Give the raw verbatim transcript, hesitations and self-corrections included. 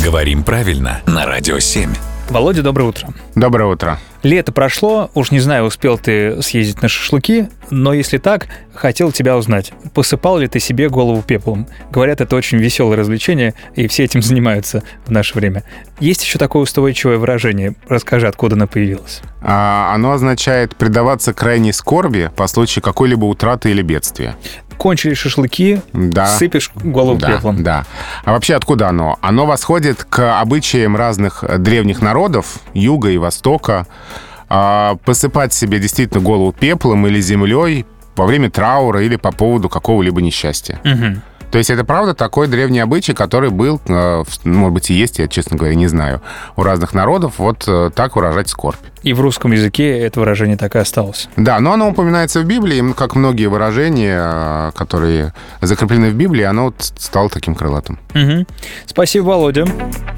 Говорим правильно на Радио семь. Володя, доброе утро. Доброе утро. Лето прошло, уж не знаю, успел ты съездить на шашлыки, но если так, хотел тебя узнать, посыпал ли ты себе голову пеплом? Говорят, это очень веселое развлечение, и все этим занимаются в наше время. Есть еще такое устойчивое выражение. Расскажи, откуда оно появилось. А, оно означает предаваться крайней скорби по случаю какой-либо утраты или бедствия. Кончились шашлыки, да. сыпешь голову да, пеплом. Да. А вообще откуда оно? Оно восходит к обычаям разных древних народов, юга и востока, посыпать себе действительно голову пеплом или землей во время траура или по поводу какого-либо несчастья. Угу. То есть это, правда, такой древний обычай, который был, может быть, и есть, я, честно говоря, не знаю, у разных народов, вот так выражать скорбь. И в русском языке это выражение так и осталось. Да, но оно упоминается в Библии, как многие выражения, которые закреплены в Библии, оно вот стало таким крылатым. Угу. Спасибо, Володя.